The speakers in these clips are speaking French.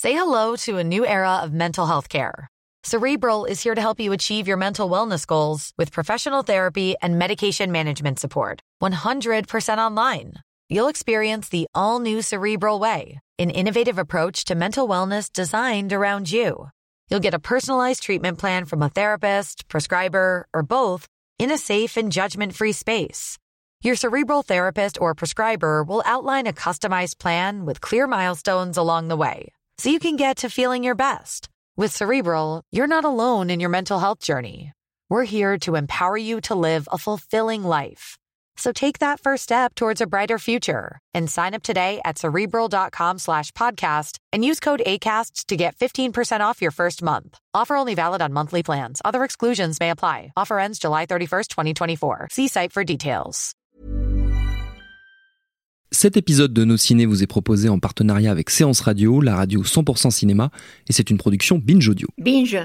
Say hello to a new era of mental health care. Cerebral is here to help you achieve your mental wellness goals with professional therapy and medication management support. 100% online. You'll experience the all-new Cerebral Way, an innovative approach to mental wellness designed around you. You'll get a personalized treatment plan from a therapist, prescriber, or both in a safe and judgment-free space. Your Cerebral therapist or prescriber will outline a customized plan with clear milestones along the way, so you can get to feeling your best. With Cerebral, you're not alone in your mental health journey. We're here to empower you to live a fulfilling life. So take that first step towards a brighter future and sign up today at Cerebral.com/podcast and use code ACAST to get 15% off your first month. Offer only valid on monthly plans. Other exclusions may apply. Offer ends July 31st, 2024. See site for details. Cet épisode de Nos Ciné vous est proposé en partenariat avec Séance Radio, la radio 100% cinéma, et c'est une production Binge Audio. Binge.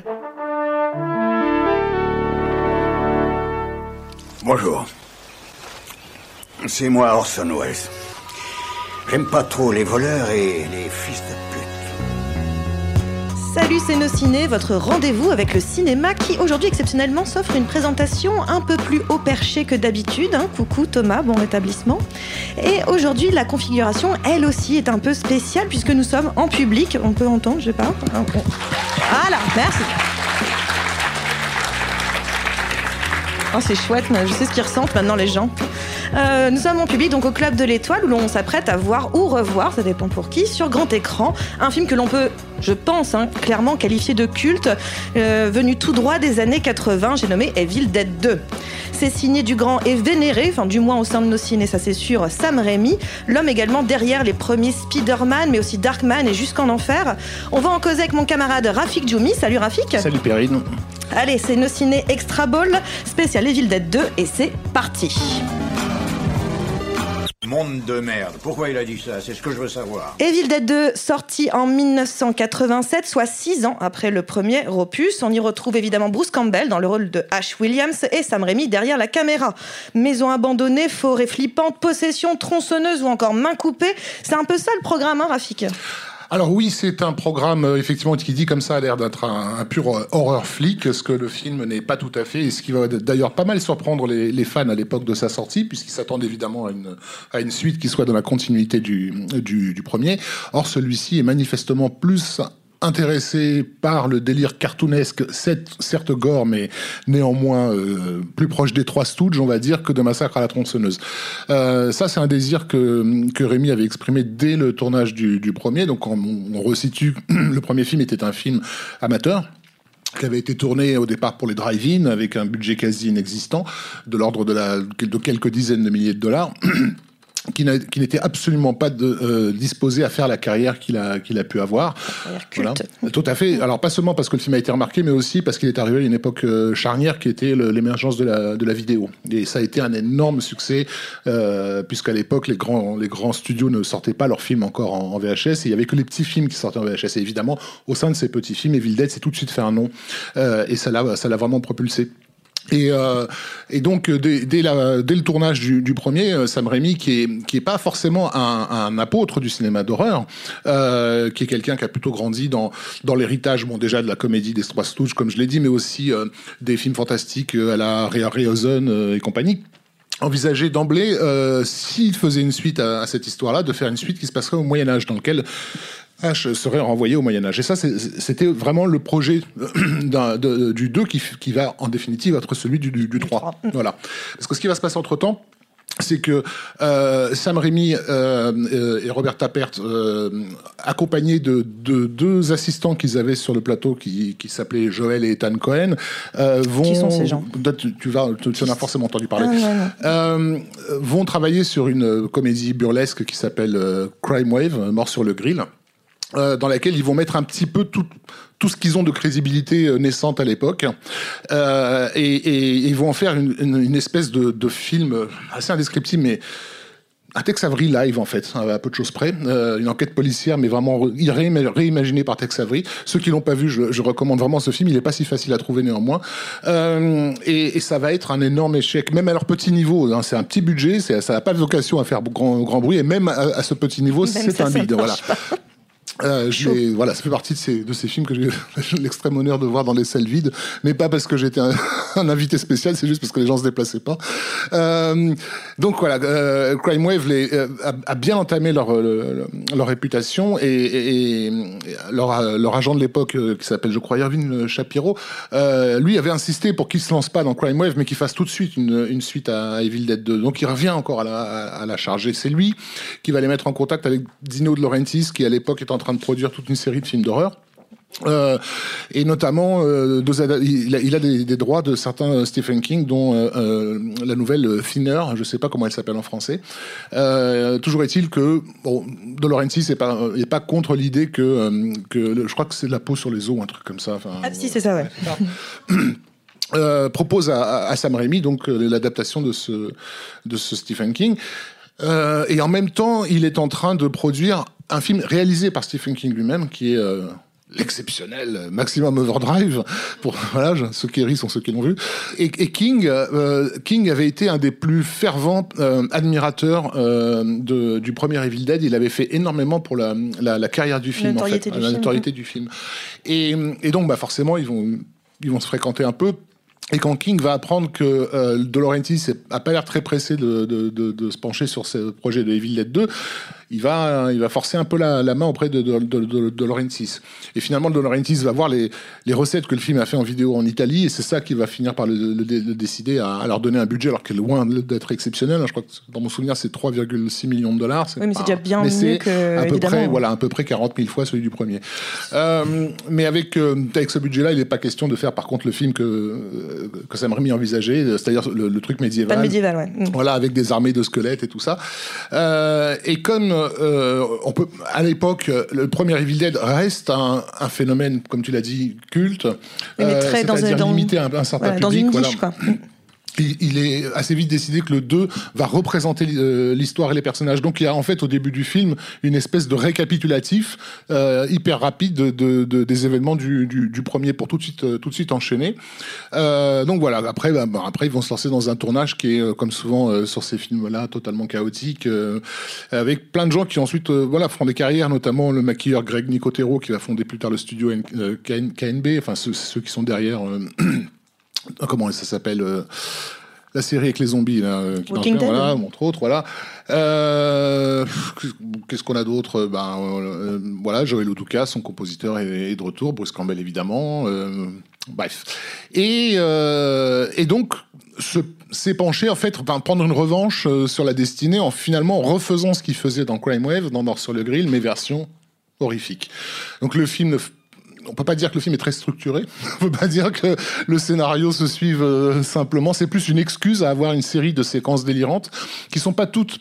Bonjour. C'est moi Orson Welles. J'aime pas trop les voleurs et les fils de pute. Salut, c'est Nos Ciné, votre rendez-vous avec le cinéma qui aujourd'hui exceptionnellement s'offre une présentation un peu plus haut perché que d'habitude. Coucou Thomas, bon rétablissement. Et aujourd'hui, la configuration, elle aussi, est un peu spéciale puisque nous sommes en public. On peut entendre, je sais pas. Voilà, merci. Oh, c'est chouette, je sais ce qu'ils ressentent maintenant les gens. Nous sommes en public, donc au Club de l'Étoile, où l'on s'apprête à voir ou revoir, ça dépend pour qui, sur grand écran, un film que l'on peut, je pense, clairement qualifier de culte, venu tout droit des années 80, j'ai nommé Evil Dead 2. C'est signé du grand et vénéré, enfin du moins au sein de Nos Ciné, ça c'est sûr, Sam Raimi, l'homme également derrière les premiers Spider-Man, mais aussi Darkman et Jusqu'en Enfer. On va en causer avec mon camarade Rafik Djoumi. Salut Rafik. Salut Perrine. Allez, c'est Nos Ciné Extra Ball, spécial Evil Dead 2, et c'est parti. Monde de merde. Pourquoi il a dit ça? C'est ce que je veux savoir. Evil Dead 2, sorti en 1987, soit 6 ans après le premier opus. On y retrouve évidemment Bruce Campbell dans le rôle de Ash Williams et Sam Raimi derrière la caméra. Maison abandonnée, forêt flippante, possession, tronçonneuse ou encore main coupée. C'est un peu ça le programme, Rafik? Alors oui, c'est un programme effectivement qui dit comme ça a l'air d'être un pur horror flic, ce que le film n'est pas tout à fait, et ce qui va d'ailleurs pas mal surprendre les fans à l'époque de sa sortie, puisqu'ils s'attendent évidemment à une suite qui soit dans la continuité du premier. Or celui-ci est manifestement plus intéressé par le délire cartoonesque, certes gore, mais néanmoins plus proche des Trois Stooges, on va dire, que de Massacre à la tronçonneuse. Ça, c'est un désir que Rémi avait exprimé dès le tournage du premier. Donc, on resitue, le premier film était un film amateur, qui avait été tourné au départ pour les drive-in, avec un budget quasi inexistant, de l'ordre de quelques dizaines de milliers de dollars. Qui n'était absolument pas disposé à faire la carrière qu'il a pu avoir. Voilà. Tout à fait. Alors pas seulement parce que le film a été remarqué, mais aussi parce qu'il est arrivé à une époque charnière qui était l'émergence de la vidéo. Et ça a été un énorme succès, puisqu'à l'époque les grands studios ne sortaient pas leurs films encore en VHS, et il y avait que les petits films qui sortaient en VHS. Et évidemment, au sein de ces petits films, Evil Dead s'est tout de suite fait un nom, et ça l'a vraiment propulsé. Et donc dès le tournage du premier, Sam Raimi, qui est pas forcément un apôtre du cinéma d'horreur, qui est quelqu'un qui a plutôt grandi dans l'héritage, bon, déjà de la comédie des Trois Stooges, comme je l'ai dit, mais aussi des films fantastiques à la Ray Harryhausen et compagnie, envisageait d'emblée, s'il faisait une suite à cette histoire-là, de faire une suite qui se passerait au Moyen-Âge, dans lequel Ash serait renvoyé au Moyen-Âge. Et ça, c'était vraiment le projet du 2 qui va, en définitive, être celui du 3. Voilà. Parce que ce qui va se passer entre-temps, c'est que Sam Raimi et Robert Tappert, accompagnés de deux assistants qu'ils avaient sur le plateau qui s'appelaient Joel et Ethan Cohen, vont... Qui sont ces gens ? Tu en as forcément entendu parler. Vont travailler sur une comédie burlesque qui s'appelle Crime Wave, Mort sur le grill, dans laquelle ils vont mettre un petit peu tout ce qu'ils ont de crédibilité naissante à l'époque, et ils vont en faire une espèce de film assez indescriptible, mais un Tex Avery live, en fait, à peu de choses près. Une enquête policière, mais vraiment réimaginée par Tex Avery. Ceux qui l'ont pas vu, je recommande vraiment ce film. Il est pas si facile à trouver néanmoins. Et ça va être un énorme échec, même à leur petit niveau. Hein. C'est un petit budget, ça n'a pas vocation à faire grand bruit, et même à ce petit niveau, c'est un bide. Voilà. Voilà, ça fait partie de ces films que j'ai l'extrême honneur de voir dans les salles vides, mais pas parce que j'étais un invité spécial, c'est juste parce que les gens se déplaçaient pas. Donc voilà, Crime Wave a bien entamé leur réputation et leur agent de l'époque, qui s'appelle, je crois, Irving Shapiro, lui avait insisté pour qu'il se lance pas dans Crime Wave, mais qu'il fasse tout de suite une suite à Evil Dead 2. Donc il revient encore à la charge. Et c'est lui qui va les mettre en contact avec Dino De Laurentiis, qui à l'époque est en train de produire toute une série de films d'horreur. Et notamment, il a des droits de certains Stephen King, dont la nouvelle Thinner, je sais pas comment elle s'appelle en français. Toujours est-il que De Laurentiis n'est pas contre l'idée que je crois que c'est de la peau sur les os, un truc comme ça. Si, c'est ça, ouais. Propose à Sam Raimi donc l'adaptation de ce Stephen King. Et en même temps, il est en train de produire un film réalisé par Stephen King lui-même, qui est l'exceptionnel Maximum Overdrive. Ceux qui rient sont ceux qui l'ont vu. Et King avait été un des plus fervents admirateurs du premier Evil Dead. Il avait fait énormément pour la carrière du film, la notoriété du film. Et donc, forcément, ils vont se fréquenter un peu. Et quand King va apprendre que De Laurentiis a pas l'air très pressé de se pencher sur ce projet de Evil Dead 2, il va forcer un peu la main auprès de Laurentiis. Et finalement, De Laurentiis va voir les recettes que le film a fait en vidéo en Italie, et c'est ça qui va finir par le décider à leur donner un budget, alors qu'il est loin d'être exceptionnel. Je crois que dans mon souvenir, c'est 3,6 millions de dollars. Oui, mais c'est déjà bien mieux que, à peu près 40 000 fois celui du premier. Mais avec ce budget-là, il n'est pas question de faire par contre le film que Sam Raimi envisageait, c'est-à-dire le truc médiéval. Pas médiéval, ouais. Voilà, avec des armées de squelettes et tout ça. Et comme on peut, à l'époque, le premier Evil Dead reste un phénomène, comme tu l'as dit, culte, c'est-à-dire limité à un certain public. Dans une niche, quoi. Il est assez vite décidé que le 2 va représenter l'histoire et les personnages. Donc il y a en fait au début du film une espèce de récapitulatif hyper rapide des événements du premier pour tout de suite enchaîner. Donc voilà, après ils vont se lancer dans un tournage qui est comme souvent sur ces films-là totalement chaotique, avec plein de gens qui ensuite feront des carrières, notamment le maquilleur Greg Nicotero qui va fonder plus tard le studio KNB, enfin ceux qui sont derrière comment ça s'appelle la série avec les zombies là, qui Walking Dead, voilà, entre autres, voilà. Qu'est-ce qu'on a d'autre? Voilà, Joël Oduka, son compositeur, est de retour. Bruce Campbell, évidemment. Bref. Et donc, s'est penché, en fait, prendre une revanche sur la destinée en finalement refaisant ce qu'il faisait dans Crime Wave, dans Mort sur le Grill, mais version horrifique. Donc, le film on peut pas dire que le film est très structuré. On peut pas dire que le scénario se suive simplement. C'est plus une excuse à avoir une série de séquences délirantes qui sont pas toutes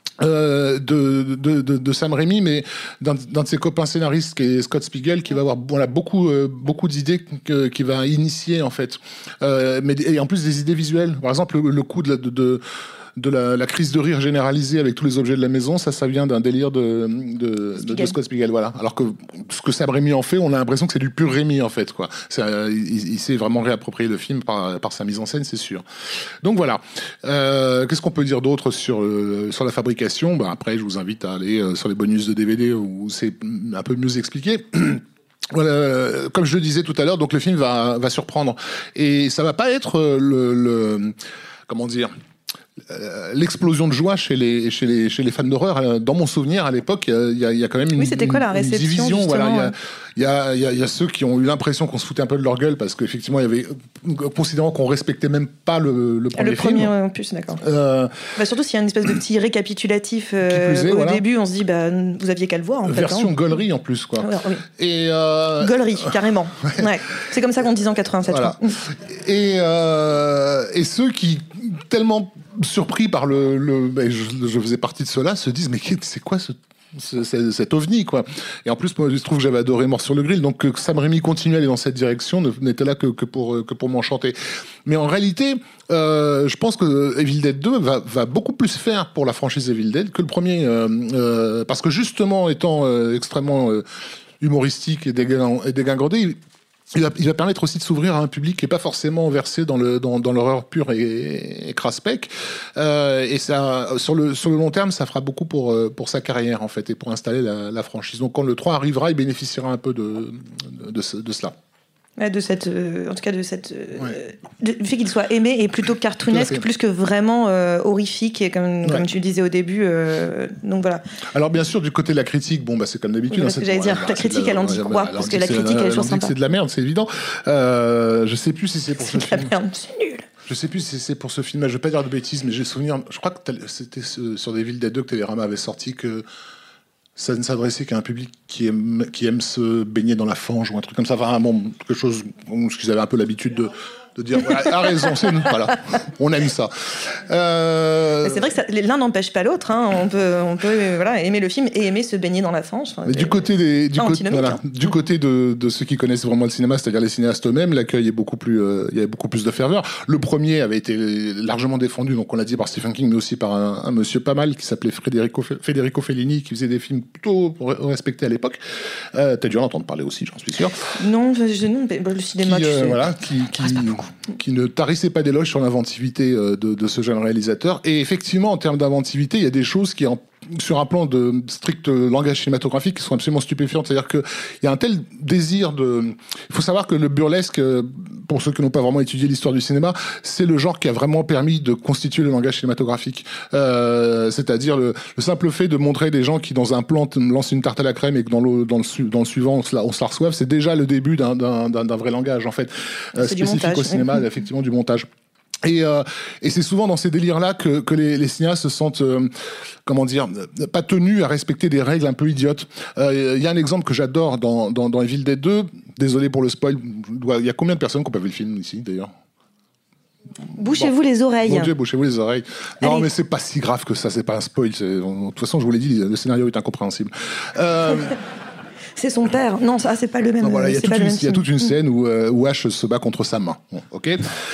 de Sam Raimi, mais d'un de ses copains scénaristes qui est Scott Spiegel, qui va avoir beaucoup d'idées qui va initier en fait, et en plus des idées visuelles. Par exemple, le coup de la crise de rire généralisée avec tous les objets de la maison, ça vient d'un délire de Scott Spiegel, voilà. Alors que ce que Sam Raimi en fait, on a l'impression que c'est du pur Raimi en fait, quoi. Il s'est vraiment réapproprié le film par sa mise en scène, c'est sûr. Donc voilà. Qu'est-ce qu'on peut dire d'autre sur la fabrication? Après, je vous invite à aller sur les bonus de DVD où c'est un peu mieux expliqué. Voilà, comme je le disais tout à l'heure, donc le film va surprendre, et ça va pas être comment dire, l'explosion de joie chez les fans d'horreur. Dans mon souvenir, à l'époque, il y a quand même une division. Voilà, il y a ceux qui ont eu l'impression qu'on se foutait un peu de leur gueule parce qu'effectivement, il y avait, considérant qu'on respectait même pas le premier film. Le premier, en plus, d'accord. Surtout s'il y a une espèce de petit récapitulatif au début, on se dit, vous aviez qu'à le voir, en fait. Version gaulerie, en plus, quoi. Oui. Et gaulerie, carrément. Ouais. C'est comme ça qu'on disait en 87. Voilà. Et ceux qui, tellement surpris par je faisais partie de ceux-là, se disent mais c'est quoi cet ovni, quoi. Et en plus, moi, je trouve que j'avais adoré Mort sur le Grill, donc que Sam Raimi continue à aller dans cette direction n'était là que pour m'enchanter. Mais en réalité, je pense que Evil Dead 2 va beaucoup plus faire pour la franchise Evil Dead que le premier, parce que justement, étant extrêmement humoristique et dégingandé, Il va permettre aussi de s'ouvrir à un public qui est pas forcément versé dans l'horreur pure et craspec. Et ça, sur le long terme, ça fera beaucoup pour sa carrière, en fait, et pour installer la franchise. Donc, quand le 3 arrivera, il bénéficiera un peu de cela. Ouais, du fait qu'il soit aimé et plutôt cartoonesque plus que vraiment horrifique et comme tu le disais au début. Donc voilà. Alors bien sûr, du côté de la critique, c'est comme d'habitude. Oui, ce que j'allais dire, la critique, elle en dit quoi ? Parce que la critique, elle est toujours sympa. C'est de la merde, c'est évident. Je sais plus si c'est pour ce film. C'est de la merde, c'est nul. Je sais plus si c'est pour ce film. Je vais pas dire de bêtises, mais j'ai souvenir. Je crois que c'était sur des Evil Dead 2 que Télérama avait sorti que ça ne s'adressait qu'à un public qui aime se baigner dans la fange ou un truc comme ça. Enfin, quelque chose, ce qu'ils avaient un peu l'habitude de dire, voilà, a raison, voilà, on aime ça. C'est vrai que l'un n'empêche pas l'autre. Hein. On peut aimer le film et aimer se baigner dans la fange. Mais du côté de ceux qui connaissent vraiment le cinéma, c'est-à-dire les cinéastes eux-mêmes, l'accueil est beaucoup plus, il y avait beaucoup plus de ferveur. Le premier avait été largement défendu, donc on l'a dit, par Stephen King, mais aussi par un monsieur pas mal qui s'appelait Federico Fellini, qui faisait des films plutôt respectés à l'époque. T'as dû en entendre parler aussi, j'en suis sûr. Non, le cinéma, tu sais. Voilà, qui ne tarissait pas d'éloges sur l'inventivité de ce jeune réalisateur. Et effectivement, en termes d'inventivité, il y a des choses qui, sur un plan de strict langage cinématographique, qui sont absolument stupéfiantes. C'est-à-dire qu'il y a un tel désir Il faut savoir que le burlesque, pour ceux qui n'ont pas vraiment étudié l'histoire du cinéma, c'est le genre qui a vraiment permis de constituer le langage cinématographique. C'est-à-dire le simple fait de montrer des gens qui, dans un plan, lancent une tarte à la crème et que dans le suivant, on se la reçoive, c'est déjà le début d'un vrai langage, en fait, spécifique au cinéma, effectivement, du montage. Et c'est souvent dans ces délires-là que les cinéastes se sentent, pas tenus à respecter des règles un peu idiotes. Il y a un exemple que j'adore dans Evil Dead 2. Désolé pour le spoil. Il y a combien de personnes qui ont pas vu le film ici, d'ailleurs ? Bouchez-vous les oreilles. Mon Dieu, bouchez-vous les oreilles. Non, Allez. mais c'est pas si grave que ça. C'est pas un spoil. De toute façon, je vous l'ai dit, le scénario est incompréhensible. C'est son père. Non, ça, c'est pas le même. Non, voilà, il y a toute une scène où Ash se bat contre sa main. Bon, ok.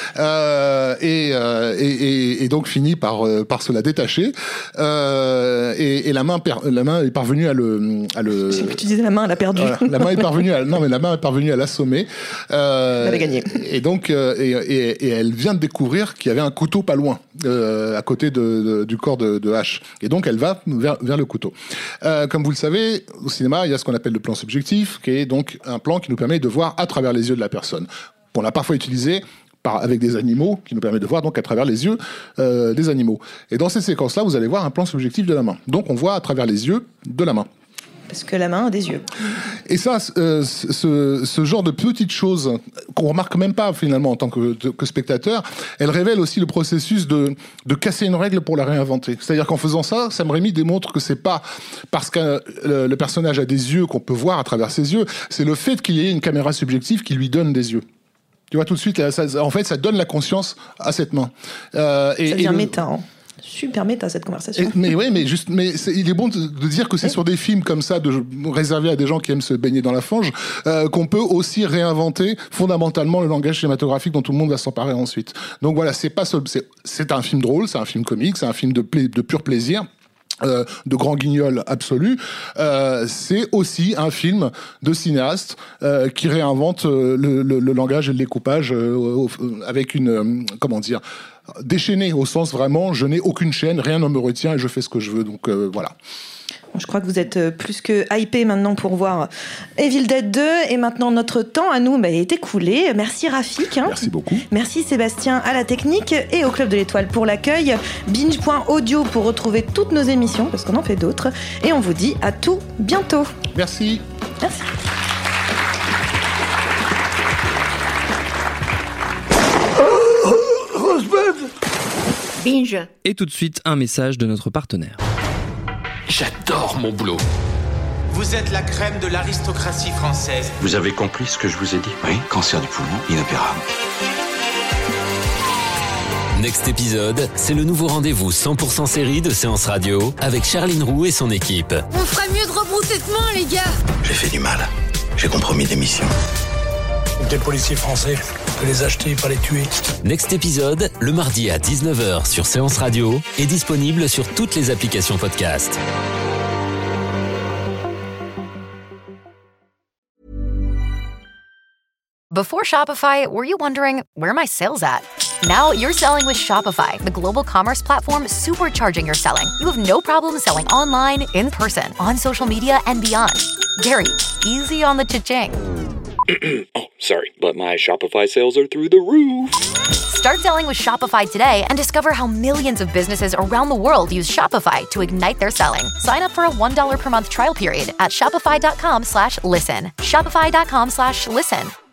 Et donc finit par se la détacher. Et la main est parvenue à le. Je sais que tu disais la main, elle a perdu. Voilà, la main est parvenue à l'assommer. Elle avait gagné. Et donc, et elle vient de découvrir qu'il y avait un couteau pas loin, à côté du corps de Ash. Et donc, elle va vers le couteau. Comme vous le savez, au cinéma, il y a ce qu'on appelle le plan subjectif, qui est donc un plan qui nous permet de voir à travers les yeux de la personne. On l'a parfois utilisé avec des animaux, qui nous permet de voir donc à travers les yeux des animaux. Et dans ces séquences-là, vous allez voir un plan subjectif de la main. Donc on voit à travers les yeux de la main. Parce que la main a des yeux. Et ça, ce genre de petites choses qu'on remarque même pas finalement en tant que spectateur, elles révèlent aussi le processus de casser une règle pour la réinventer. C'est-à-dire qu'en faisant ça, Sam Raimi démontre que c'est pas parce que le personnage a des yeux qu'on peut voir à travers ses yeux, c'est le fait qu'il y ait une caméra subjective qui lui donne des yeux. Tu vois tout de suite, en fait, ça donne la conscience à cette main. Ça devient méta, hein. Super méta cette conversation. Mais il est bon de dire que c'est sur des films comme ça, réservés à des gens qui aiment se baigner dans la fange, qu'on peut aussi réinventer fondamentalement le langage cinématographique dont tout le monde va s'emparer ensuite. Donc voilà, c'est un film drôle, c'est un film comique, c'est un film de pur plaisir. De grand guignol absolu, c'est aussi un film de cinéaste qui réinvente le langage et le découpage avec une déchaîné au sens vraiment je n'ai aucune chaîne, rien ne me retient et je fais ce que je veux, donc voilà. Je crois que vous êtes plus que hypés maintenant pour voir Evil Dead 2. Et maintenant, notre temps à nous est écoulé. Merci Rafik. Merci beaucoup. Merci Sébastien à la technique et au Club de l'Étoile pour l'accueil. Binge.audio pour retrouver toutes nos émissions, parce qu'on en fait d'autres. Et on vous dit à tout bientôt. Merci. Merci. Binge. Et tout de suite, un message de notre partenaire. J'adore mon boulot. Vous êtes la crème de l'aristocratie française. Vous avez compris ce que je vous ai dit ? Oui, cancer du poumon, inopérable. Next épisode, c'est le nouveau rendez-vous 100% série de Séance Radio avec Charline Roux et son équipe. On ferait mieux de rebrousser de main, les gars. J'ai fait du mal. J'ai compromis des missions. Des policiers français, on peut les acheter, pas les tuer. Next épisode, le mardi à 19h sur Séance Radio, est disponible sur toutes les applications podcast. Before Shopify, were you wondering, where are my sales at? Now you're selling with Shopify, the global commerce platform supercharging your selling. You have no problem selling online, in person, on social media, and beyond. Gary, easy on the cha-ching. Oh, sorry, but my Shopify sales are through the roof. Start selling with Shopify today and discover how millions of businesses around the world use Shopify to ignite their selling. Sign up for a $1 per month trial period at shopify.com/listen. Shopify.com/listen.